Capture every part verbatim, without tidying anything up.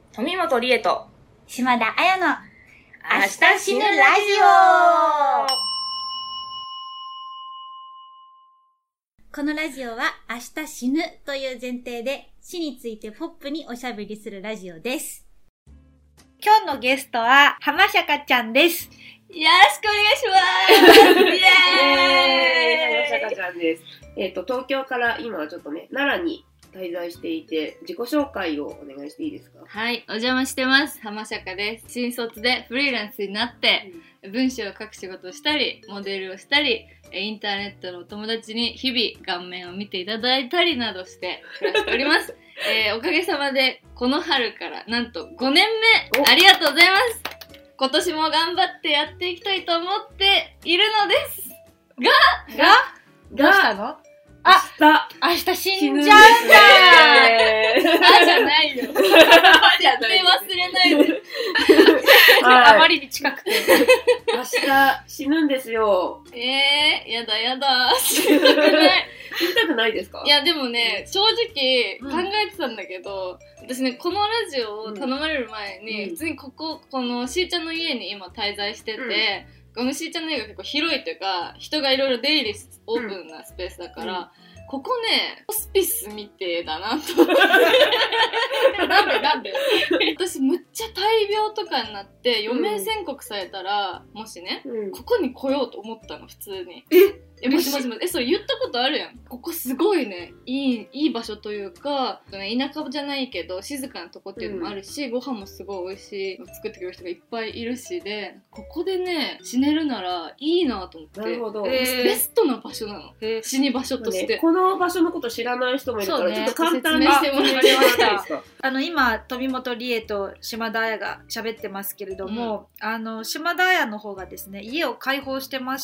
富本理恵と島田彩の明日死ぬラジオ。 このラジオは明日死ぬという前提で死についてポップにおしゃべりするラジオです。今日のゲストは浜坂ちゃんです。 よろしくお願いします。イエーイ。 浜坂ちゃんです。えっと東京から今はちょっとね奈良に滞在していて、自己紹介をお願いしていいですか？ はい、お邪魔してます。浜坂です。新卒でフリーランスになって、うん、文章を書く仕事をしたり、モデルをしたり、インターネットのお友達に日々顔面を見ていただいたりなどして暮らしております。えー、おかげさまでこの春からなんとごねんめ、ありがとうございます。今年も頑張ってやっていきたいと思っているのですが、 が、どうしたの？あ、明日死んじゃうんだー。あじゃないよ。あじゃない。忘れないで。 あまりに近くて。 明日死ぬんですよ。 えー、やだやだ。死にたくない。 死にたくないですか？ いやでもね、正直考えてたんだけど、うん、私ね、このラジオを頼まれる前に、うん、普通にここ、このしーちゃんの家に今滞在してて、うん、このしーちゃんの家が結構広いというか、人がいろいろ出入りオープンなスペースだから、うん、ここね、ホスピスみてえだなと思って。なんでなんで私むっちゃ大病とかになって余命宣告されたら、うん、もしね、うん、ここに来ようと思ったの、普通に。ええ、もしもしもし、え、それ言ったことあるやん。ここすごいね、いい、いい場所というか、田舎じゃないけど、静かなとこっていうのもあるし、うん、ご飯もすごい美味しいの作ってくれる人がいっぱいいるしで、ここでね、死ねるならいいなと思って。 なるほど。 ベストな場所なの。死に場所として、 ね。この場所のこと知らない人もいるから、ね、ちょっと簡単にしてもらってもらっていいですか？ あの、今、富本理恵と島田彩が喋ってますけれども、うん、あの、島田彩の方がですね、家を開放してまして、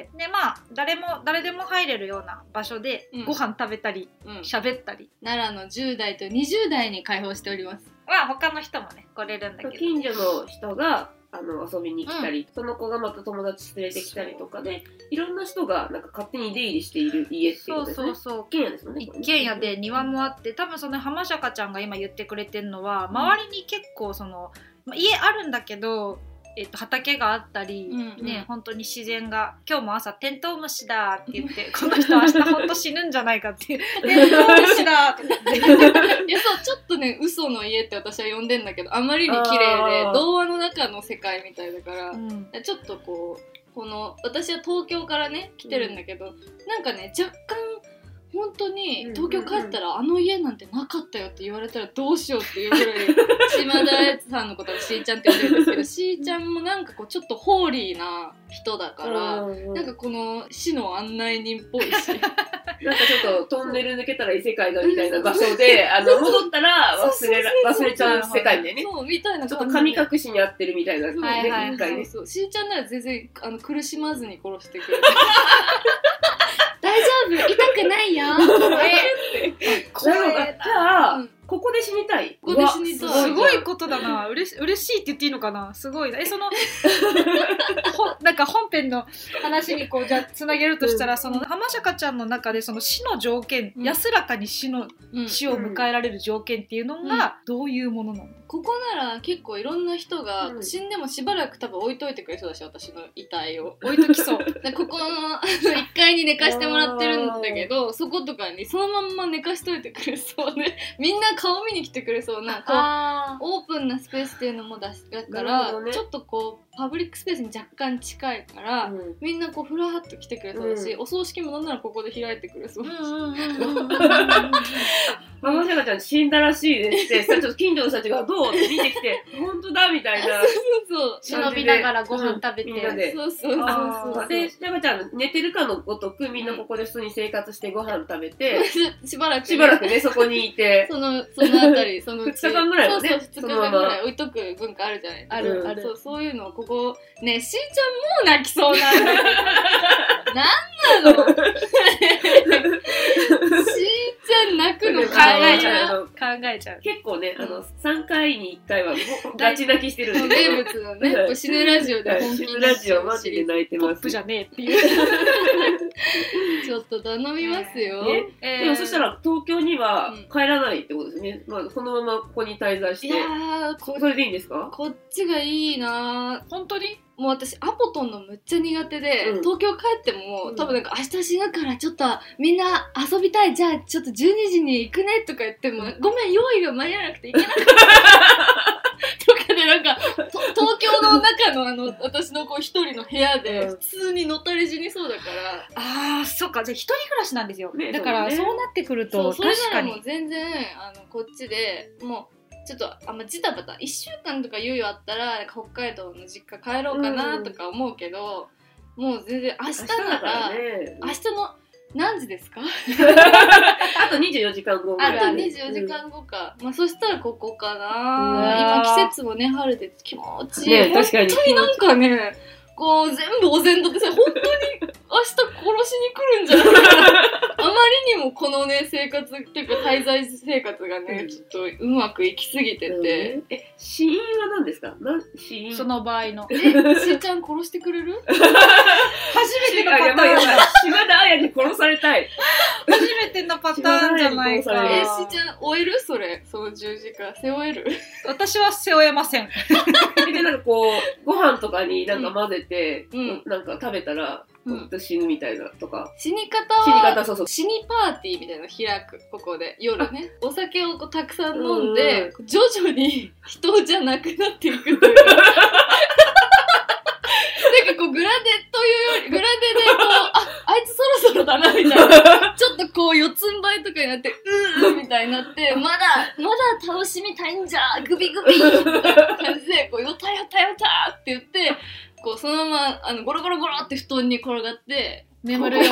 で、まあ、誰も、誰でも入れるような場所でご飯食べたり喋、うん、ったり、 奈良のじゅう代とにじゅう代に開放しております。 まあ他の人もね来れるんだけど、 近所の人があの遊びに来たり、うん、その子がまた友達連れてきたりとかで、いろんな人がなんか勝手に出入りしている家っていうことですね。そうそうそう、一軒家ですよね。 一軒家で庭もあって、多分その浜坂ちゃんが今言ってくれてるのは、周りに結構その家あるんだけど、えっと、畑があったり、うんうん、ね、本当に自然が、今日も朝テントウムシだって言ってこの人明日本当死ぬんじゃないかっていうテントウムシだとかっていや、そう、ちょっとね、嘘の家って私は呼んでんだけど、あまりに綺麗で童話の中の世界みたいだから、うん、ちょっとこうこの私は東京からね来てるんだけど、うん、なんかね若干本当に東京帰ったらあの家なんてなかったよって言われたらどうしようっていうぐらい島田彩さんのことはしーちゃんって呼んでるんですけど、しーちゃんもなんかこうちょっとホーリーな人だから、なんかこの市の案内人っぽいしなんかちょっとトンネル抜けたら異世界だみたいな場所であの戻ったら忘れら忘れちゃう世界でね、 そうみたいな、 ちょっと神隠しにあってるみたいなね、 はいはいはい、そう、しーちゃんなら全然あの苦しまずに殺してくれる大丈夫、痛くないよえじゃあ、うん、ここで死にたい。 ここで死にたい。 すごいことだな。うれし、嬉しいって言っていいのかな。すごいな。え、そのなんか本編の話にこうじゃつなげるとしたら、うん、その浜坂ちゃんの中でその死の条件、うん、安らかに死の、うん、死を迎えられる条件っていうのがどういうものなの？うん、 ここなら結構いろんな人が、うん、死んでもしばらく多分置いといてくれそうだし、私の遺体を置いときそうでここのいっかいに寝かしてもらってるんだけど、そことかにそのまんま寝かしといてくれそうで、みんな顔見に来てくれそうな、こうオープンなスペースっていうのもだから、ね、ちょっとこうパブリックスペースに若干近いから、うん、みんなこうふらっと来てくれそうだし、うん、お葬式もなんならここで開いてくれそうだし、 浜坂ちゃん死んだらしいですってちょっと近所の人たちがどうって見てきて本当だみたいなそう忍びながらご飯食べて、うん、みんなでそうそうそうそうで、山ちゃん寝てるかのごとくみんなここで普通に生活してご飯食べてしばらく、ね、 しばらくねそこにいてそのそのあたりそのうちふつかかんぐらいはね、 そうそうふつかかんぐらい置いとく文化あるじゃないですか。 あるある、 そう、そういうのをここね、しーちゃんもう泣きそうなんだなんなのしーちゃん泣くの考えちゃう考えちゃう。 結構ね、あのさんかいにいっかいはガチ泣きしてるんで名物のね、死ぬラジオで本気死ぬラジオマジで泣いてポッます。 プじゃねえっていう。 ちょっと頼みますよ。 ねえーでもそしたら東京には帰らないってことですね。まあこのままここに滞在して。 いやーこそれでいいんですか？ こっちがいいなー。 本当に？ もう私アポトンのむっちゃ苦手で、 うん東京帰っても、 うん多分なんか明日死ぬからちょっとみんな遊びたい、じゃあちょっとじゅうにじに行くねとか言っても、 うんごめん用意が間に合わなくて行けなかったとかでなんかと東京の中のあの私のこう一人の部屋でうん普通にのたれ死にそうだから、 ああ、そっか。じゃあ一人暮らしなんですよ。 ねだからそうねそうなってくるとそうそれ確かに。 ならもう全然あのこっちでもうちょっとあんまジタバタいっしゅうかんとか猶予あったらなんか北海道の実家帰ろうかなとか思うけど、もう全然明日なだかららね。 明日の何時ですか？ あとにじゅうよじかんごぐらい。 あとにじゅうよじかんごか、まあそしたらここかうな。 わー今季節もね春で気持ちいい、 ね、確かに。 本当になんかねこう全部お膳立てさ、本当に明日殺しに来るんじゃないかなあまりにもこのね生活っていうか滞在生活がね、 うん、 ちょっとうまくいきすぎてて、 うん、え、死因は何ですか？なん死因その場合の。 えしーちゃん殺してくれる？ 初めてのパターンやばいやばい。島田彩に殺されたい。 初めてのパターンじゃないか。 あえしーちゃん終える？それその十字架背負える？ 私は背負えません。 で、なんかこう、ご飯とかになんか混ぜて、 うんなんか食べたら、 うんほんと死ぬみたいなとか。 死に方は死に方、そうそう。 死にパーティーみたいなの開く、ここで夜ねお酒をこうたくさん飲んで、徐々に人じゃなくなっていくというかなんかこうグラデというよりグラデでこうああいつそろそろだなみたいなちょっとこう四つん這いとかになってうーみたいになってまだまだ楽しみたいんじゃグビグビみたいな感じでこうよたよたよたって言ってこうそのままあのゴロゴロゴロって布団に転がって眠るよ。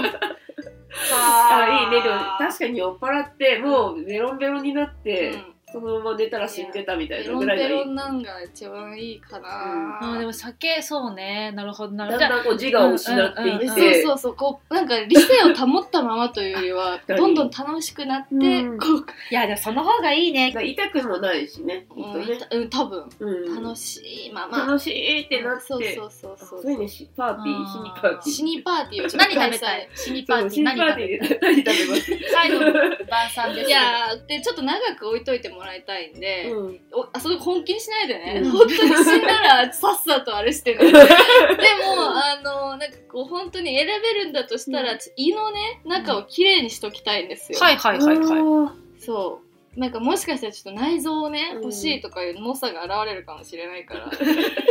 あ、いいね。でも確かに酔っ払って、もうベロンベロンになって、 うんそのまま寝たら死んでたみたいペロンなぐらいがいい。 ペロンなんが一番いいかな、 あーでも酒、そうね。なるほど、なるほど。 だんだんこう自我を失っていうんって、 そうそうそうこうなんか理性を保ったままというよりは確かにどんどん楽しくなって、 うんこういや、でもその方がいいね。 痛くもないしね、きっとね。 うん、多分うん楽しいまま楽しいってなって、 そうそうそうそうそういうね、しパーティー、 あー死にパーティー。 死にパーティーをちょっと何食べたい？死にパーティーそう死にパー何食べたい？ ティーで何食べます？ 最後の晩餐です。 いやーでちょっと長く置いといてもらいたいんで、 うんおあそこ本気にしないでね、 うん本当に死んだらさっさとあれしてねでもあのなんかこう本当に選べるんだとしたら、 うん胃のね中をきれいにしときたいんですよ、 はいはいはいはそうなんかもしかしたらちょっと内臓をね、 うん欲しいとかいう猛者が現れるかもしれないからそう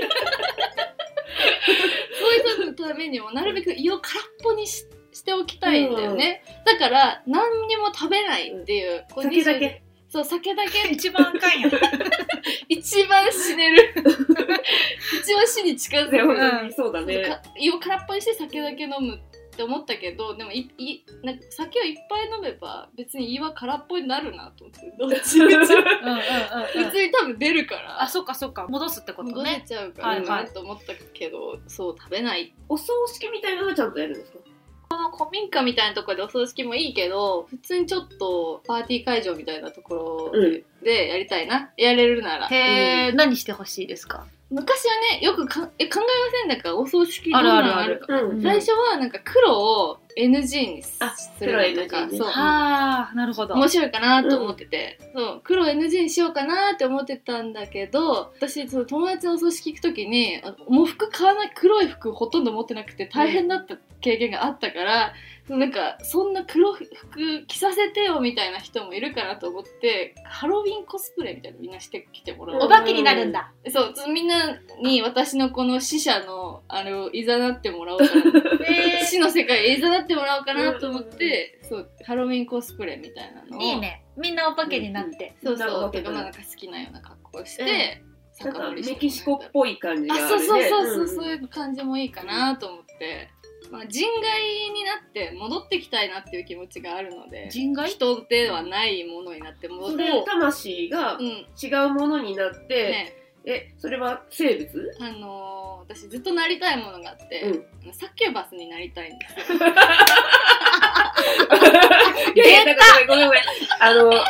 いう人のためにもなるべく胃を空っぽにししておきたいんだよね、だから何にも食べないっていう、こう酒だけ。 そう酒だい。 け一番あかんやん。 一番死ねる一番死に近づでもく、 本当にそうだそうね。 か胃を空っぽにして酒だけ飲むって思ったけどでもいいなんか酒をいっぱい飲めば別に胃は空っぽになるなと思ってどっちみちうんうんうんうん。 普通に多分出るからあ、そっかそっか。戻すってこと戻せね。 ちゃうからはいはいなと思ったけど、そう食べないお葬式みたいなのはちゃんとやるんですか？ 古民家みたいなところでお葬式もいいけど普通にちょっとパーティー会場みたいなところで,、でやりたいなやれるならへー、何してほしいですか？ 昔はねよくかえ考えませんだからお葬式どあるんなあるあるのあるかうん最初はなんか黒を エヌジー にすあするのと黒かエヌジー ねそうはあ、なるほど。 面白いかなと思ってて、そう黒 エヌジー にしようかなって思ってたんだけど私その友達のお葬式行く時にあもう服買わない黒い服ほとんど持ってなくて大変だった経験があったから、なんかそんな黒服着させてよみたいな人もいるかなと思ってハロウィンコスプレみたいなのみんなしてきてもらうお化けになるんだ。 そうみんなに私のこの死者のあれをいざなってもらおうかなえ死の世界へいざなってもらおうかなと思ってそうハロウィンコスプレみたいなのをいいね。みんなお化けになって。 そうそう、 なんかてかまあなんか好きなような格好をして、 なんか酒盛りしてメキシコっぽい感じがああ、 るね。 そうそうそうそう、 んそういう感じもいいかなと思って、まあ、人外になって戻ってきたいなっていう気持ちがあるので、 人外？ 人ではないものになって戻って、 それ魂がうん、 違うものになって、 ね、 え、それは生物？ あのー、私ずっとなりたいものがあって、サキュバスになりたいんですよ。 いやいや、だからごめんごめん。あの、え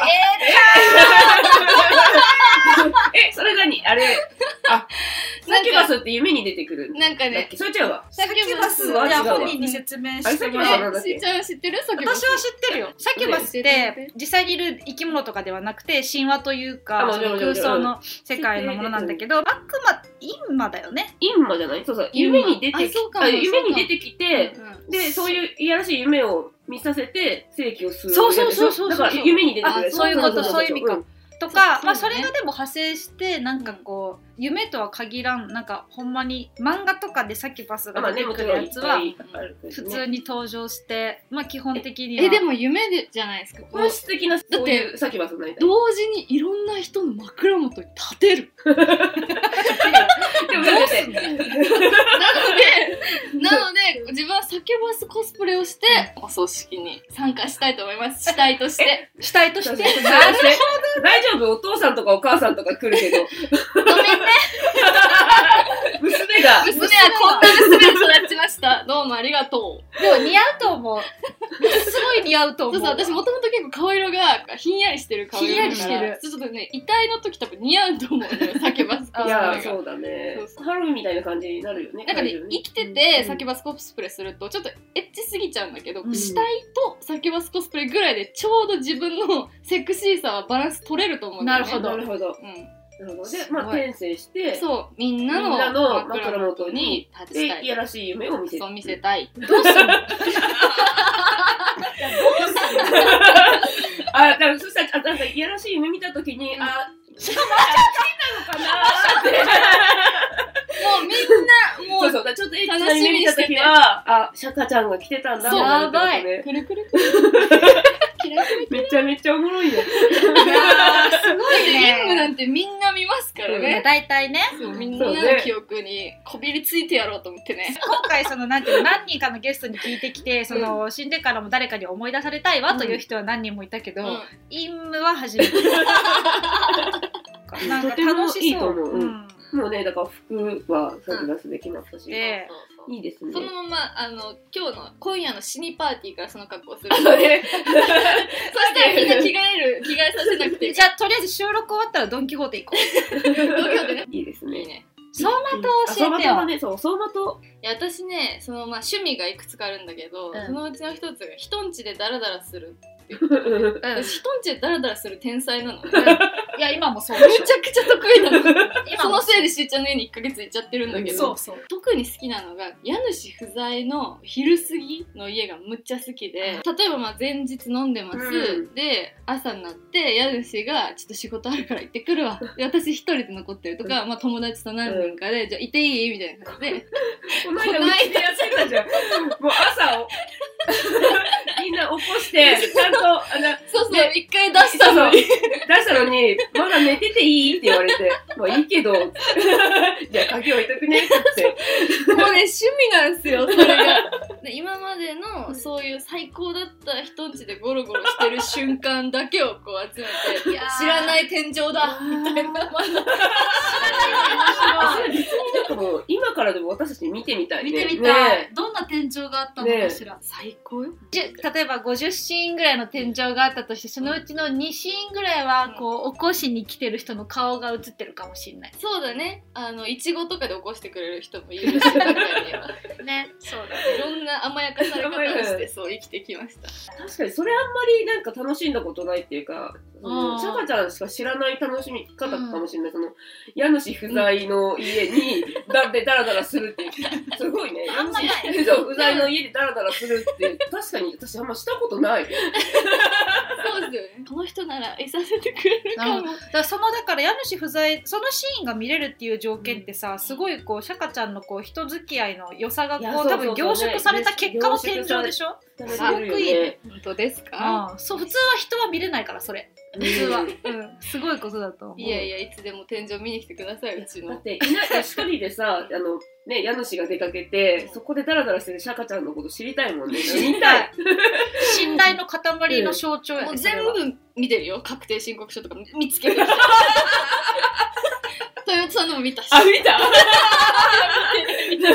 え、それ何あれ、あ、サキュバスって夢に出てくる。 なんかね、 それ違うわ。 サキュバスは本人に説明してもらう。 しーちゃん知ってる？サキュバス。 私は知ってるよ。サキュバスって実際にいる生き物とかではなくて神話というか空想の世界のものなんだけど、悪魔、陰魔だよね。 陰魔じゃない？そうそう。夢に出てきて、夢に出てきて、で、そういういやらしい夢を見させて正気をする。 そうそうそうそう。 だから夢に出てくる。 そういうこと、そういう意味か。とか、まあそれがでも派生してなんかこう夢とは限らん、なんかほんまに漫画とかでサキュバスが出てくるやつは普通に登場して、まあ基本的にはえでも夢でじゃないですか。 本質的なそういうサキュバスになりたい。 同時にいろんな人の枕元に立てる。 でもだってなのでなので自分はサキュバスコスプレをしてお葬式に参加したいと思います。死体として。 死体として。 大丈夫？お父さんとかお母さんとか来るけど。 ごめんね。 娘が。 娘はこんな娘に育ちました。どうもありがとう。 でも似合うと思う。すごい似合うと思う。 そうそう、私もともと結構顔色がひんやりしてる顔色だから。ひんやりしてる。ちょっとね、遺体の時多分似合うと思うのよ、サキュバスコスプレが。 いや、そうだね。ハロウィンみたいな感じになるよね。 なんかね、生きててサキュバスコスプレするとちょっとエッチすぎちゃうんだけど、死体とサキュバスコスプレぐらいでちょうど自分のセクシーさはバランス取れると思うんだよね。 なるほど。 なるほど。なるほど。で、まあ、転生して、 そう、みんなの枕元に立ちたい。 いやらしい夢を見せそう見せたい。 どうするの？どうするの？ あ、だからそしたら、あ、なんかいやらしい夢見たときに、あ、しかも好きなのかなって。 もうみんな、もう、 そうそう、ちょっとエッチな夢見たときは、あ、シャカちゃんが来てたんだ。 やばい。 くるくるくる。 めちゃめちゃおもろいね。 いやー、すごいね。 リングなんてみんな見ますからね。 大体ね。 みんなの記憶にこびりついてやろうと思ってね。 今回そのなんていうの何人かのゲストに聞いてきて、その死んでからも誰かに思い出されたいわという人は何人もいたけど、陰夢は初めて。なんか楽しそう。 もうね、だから服はサキュバスできましたし。いいですね。 そのままあの今日の今夜の死にパーティーからその格好する。そしたらみんな着替える着替えさせなくて。 じゃあとりあえず収録終わったらドンキホーテ行こう。 ドンキホーテね。 いいですね。いいね。 走馬灯教えてよ。 ね、そう走馬灯。 いや私ねそのまあ趣味がいくつかあるんだけど、そのうちの一つが人んちでダラダラする。私人んちでダラダラする天才なの。 いや今もそうでしょ。 めちゃくちゃ得意なの。そのせいでしーちゃんの家にいっかげつ行っちゃってるんだけど、 そうそう特に好きなのが家主不在の昼過ぎの家がむっちゃ好きで、例えばまあ前日飲んでます、うん、で朝になって家主がちょっと仕事あるから行ってくるわで私一人で残ってるとか、うん、まあ友達と何人かで、うん、じゃあいていいみたいな感じでこの間うちでやってたじゃん。もう朝をみんな起こしてちゃんとあのそうそう一回出したのに出したのにまだ寝てていいって言われてまあいいけどじゃあ鍵置いとくねってもうね趣味なんですよそれがで今までのそういう最高だった人んちでゴロゴロしてる瞬間だけをこう集めて知らない天井だみたいな知らない天井別になんかもう今からでも私たち見てみたい、ね、 見てみたい、ね、どんな天井があったのかしら、ね、 最高よ。 例えばごじゅうシーンぐらいの天井があったとしてそのうちのにシーンぐらいはこう起こしに来てる人の顔が映ってるかもしれない。 そうだね。あのいちごとかで起こしてくれる人もいるし中にはね、そうだね。 いろんな甘やかされ方をしてそう生きてきました。 確かにそれあんまりなんか楽しんだことないっていうか、シャカちゃんしか知らない楽しみ方かもしれない、うん、その家主不在の家にだでダラダラするっていうすごいね。 あんまない。 不在の家でダラダラするって確かに私あんましたことない。 そうですよね。この人ならいさせてくれるかも。 だからそのだから家主不在そのシーンが見れるっていう条件ってさ、すごいこうシャカちゃんのこう人付き合いの良さがこう多分凝縮された結果の天井でしょ。すごくいいね。 本当ですか？ うん、そう普通は人は見れないからそれ。普通は、うん、すごいことだと思う。 いやいやいつでも天井見に来てください。うちの。 だっていない一人でさあのね家主が出かけてそこでダラダラしてるシャカちゃんのこと知りたいもんね。 知りたい。信頼の塊の象徴やね。 もう全部見てるよ。確定申告書とか見つける。豊田さんのも見たし。 あ見た。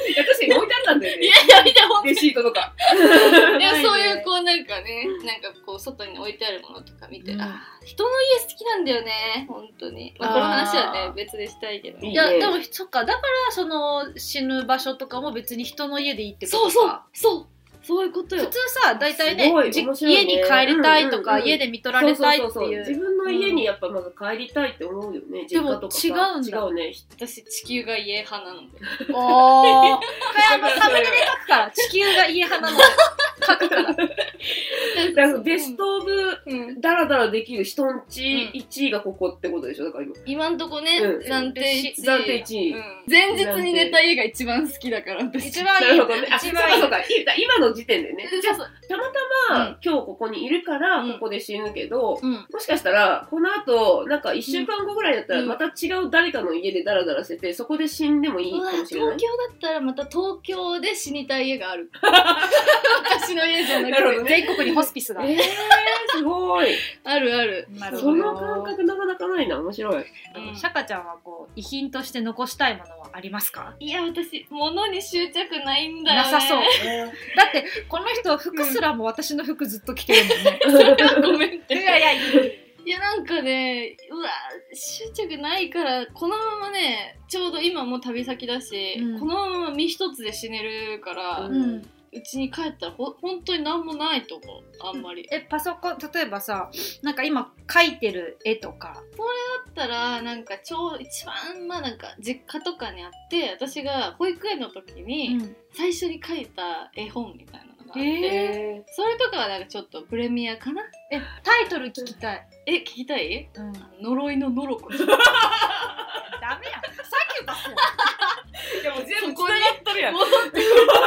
確かに置いてあったんだよね。 いやいや見てほんとレシートとか。 いやそういうこうなんかねなんかこう外に置いてあるものとか見て、 うん、 あ人の家好きなんだよね本当に、まあ、この話はね別でしたいけど、 いいねいやでもそっかだからその死ぬ場所とかも別に人の家でいいってことか。 そうそうそうそういうことよ。 普通さ大体ねすごいじ面白いね家に帰りたいとか、 うんうんうん家で見とられたいってそうそうそうそういう自分の家にやっぱまず帰りたいって思うよね。実家とかさ。 でも違うんだ違うね。 私地球が家派なのでおーこれあのサムネで書くから地球が家派なので書くからだからベストオブうんダラダラできる人んちうんいちいがここってことでしょ。だから今今んとこね、 うん暫定いちい暫定いちい、 うん前日に寝た家が一番好きだから私一番いないるほどね。あ、 一番いいそうかそうか。今の時点でね。じゃあそうたまたま、 うん今日ここにいるからうんここで死ぬけど、 うんもしかしたらこの後なんかいっしゅうかんごぐらいだったらうんまた違う誰かの家でダラダラしててそこで死んでもいいうわかもしれない東。京だったらまた東京で死にたい家がある私の家じゃなくてなるほどね全国にホスピスがあるえー、すごい。 あるあるなるほどその感覚なかなかないな。面白い。 うんシャカちゃんはこう遺品として残したいものはありますか？ いや私物に執着ないんだよねなさそうだってこの人服すらも私の服ずっと着てるもんねごめんっていやいやいいやなんかねうわ執着ないからこのままねちょうど今もう旅先だし、 うんこのまま身一つで死ねるからううんうち、に帰ったらほ本当になんもないと思うあんまりえパソコン例えばさなんか今描いてる絵とかだったらなんかちょう一番まあなんか実家とかにあって私が保育園の時にん最初に描いた絵本みたいなのがあって、 ええそれとかはなんかちょっとプレミアかなえタイトル聞きたい、 え聞きたいうん、 呪いのノロコダメやんサキュバスー、いやもう全部繋がってるやん。 戻って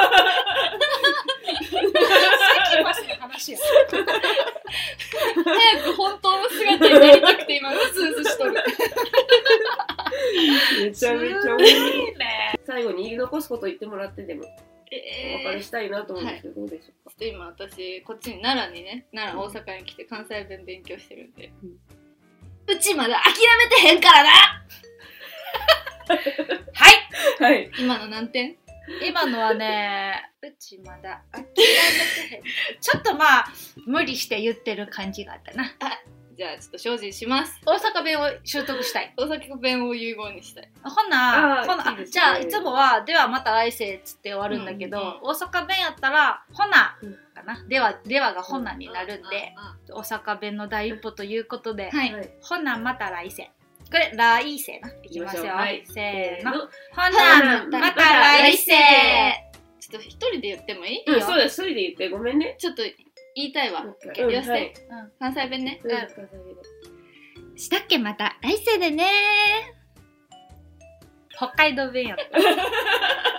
サキュバスの話や早く本当の姿になりたくて今うずうずしとるめちゃめちゃ面白い。最後に言い残すこと言ってもらってでもえーお別れしたいなと思うんですけど、どうでしょうか。 ちょっと今私こっちに奈良にね奈良大阪に来て関西弁勉強してるんで、うちまだ諦めてへんからなはいはい。 今の何点今のはねうちまだ諦めてへんちょっとまあ無理して言ってる感じがあったな。 じゃあちょっと精進します大阪弁を習得したい。 大阪弁を融合にしたいほなあーほないいですねじゃあいつもはではまた来世っつって終わるんだけど、 うんうん大阪弁やったらほなうんかな、ではではがほなになるんで、 あ大阪弁の第一歩ということで、 はい、 はい。 ほなまた来世。これ来世な。いきますよ。 はい。 せーの。 の。 ほなまた来世。 ちょっと一人で言ってもいい、 うん、そうだ、一人で言ってごめんね。 ちょっと言いたいわ、 うん言わせて、 はいうん関西弁ね、 うんしたっけまた来世でね。北海道弁やった。